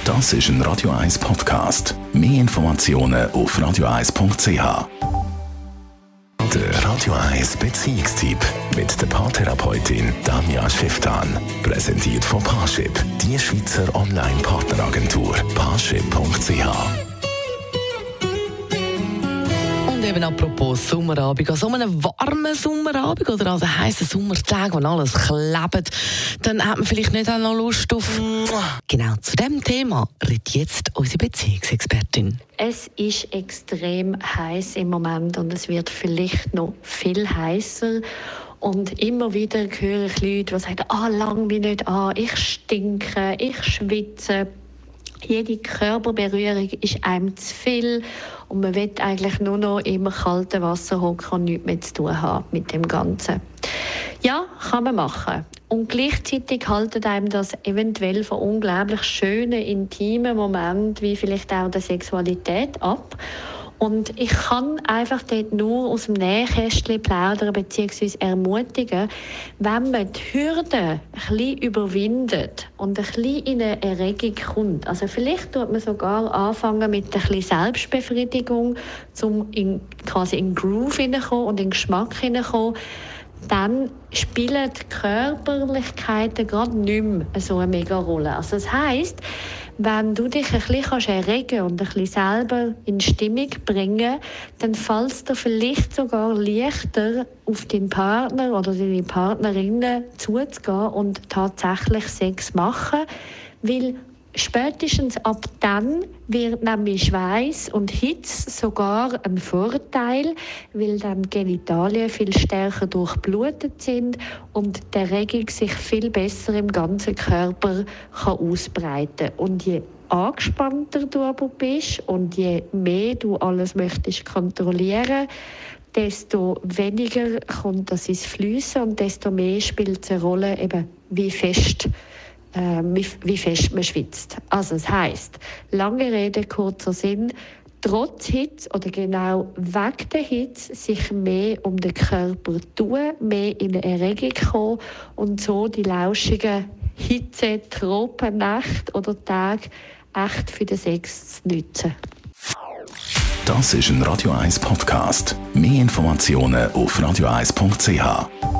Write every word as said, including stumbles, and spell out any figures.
Das ist ein Radio eins Podcast. Mehr Informationen auf radio eins punkt c h. Der Radio eins Beziehungstyp mit der Paartherapeutin Damia Schifftan. Präsentiert von Parship, die Schweizer Online-Partneragentur. Parship punkt c h. Und eben apropos Sommerabend, an so einem warmen Sommerabend oder an einem heissen Sommertag, wo alles klebt, dann hat man vielleicht nicht auch noch Lust auf... Genau, zu diesem Thema redet jetzt unsere Beziehungsexpertin. Es ist extrem heiß im Moment und es wird vielleicht noch viel heißer. Und immer wieder höre ich Leute, die sagen, ah, lang mich nicht an, ich stinke, ich schwitze. Jede Körperberührung ist einem zu viel und man will eigentlich nur noch im kalten Wasser hocken und nichts mehr zu tun haben mit dem Ganzen. Ja, kann man machen. Und gleichzeitig haltet einem das eventuell von unglaublich schönen, intimen Momenten wie vielleicht auch der Sexualität ab. Und ich kann einfach dort nur aus dem Nähkästchen plaudern bzw. ermutigen, wenn man die Hürde ein bisschen überwindet und ein bisschen in eine Erregung kommt. Also vielleicht tut man sogar anfangen mit ein bisschen Selbstbefriedigung, um in, quasi in den Groove hineinzukommen und in den Geschmack hineinzukommen. Dann spielen die Körperlichkeiten gerade nicht mehr so eine mega Rolle. Also das heisst, wenn du dich ein bisschen erregen und ein bisschen selber in Stimmung bringen, dann fällt es dir vielleicht sogar leichter, auf deinen Partner oder deine Partnerinnen zuzugehen und tatsächlich Sex machen, weil spätestens ab dann wird nämlich Schweiß und Hitze sogar ein Vorteil, weil dann die Genitalien viel stärker durchblutet sind und die Erregung sich viel besser im ganzen Körper kann ausbreiten kann. Und je angespannter du aber bist und je mehr du alles möchtest kontrollieren, desto weniger kommt das ins Fliessen und desto mehr spielt es eine Rolle, eben wie fest Äh, wie, wie fest man schwitzt. Also das heisst, lange Rede, kurzer Sinn, trotz Hitze oder genau wegen der Hitze sich mehr um den Körper tun, mehr in eine Erregung kommen und so die lauschigen Hitze, Tropennächte oder Tage echt für den Sex zu nutzen. Das ist ein Radio eins Podcast. Mehr Informationen auf radio eins punkt c h.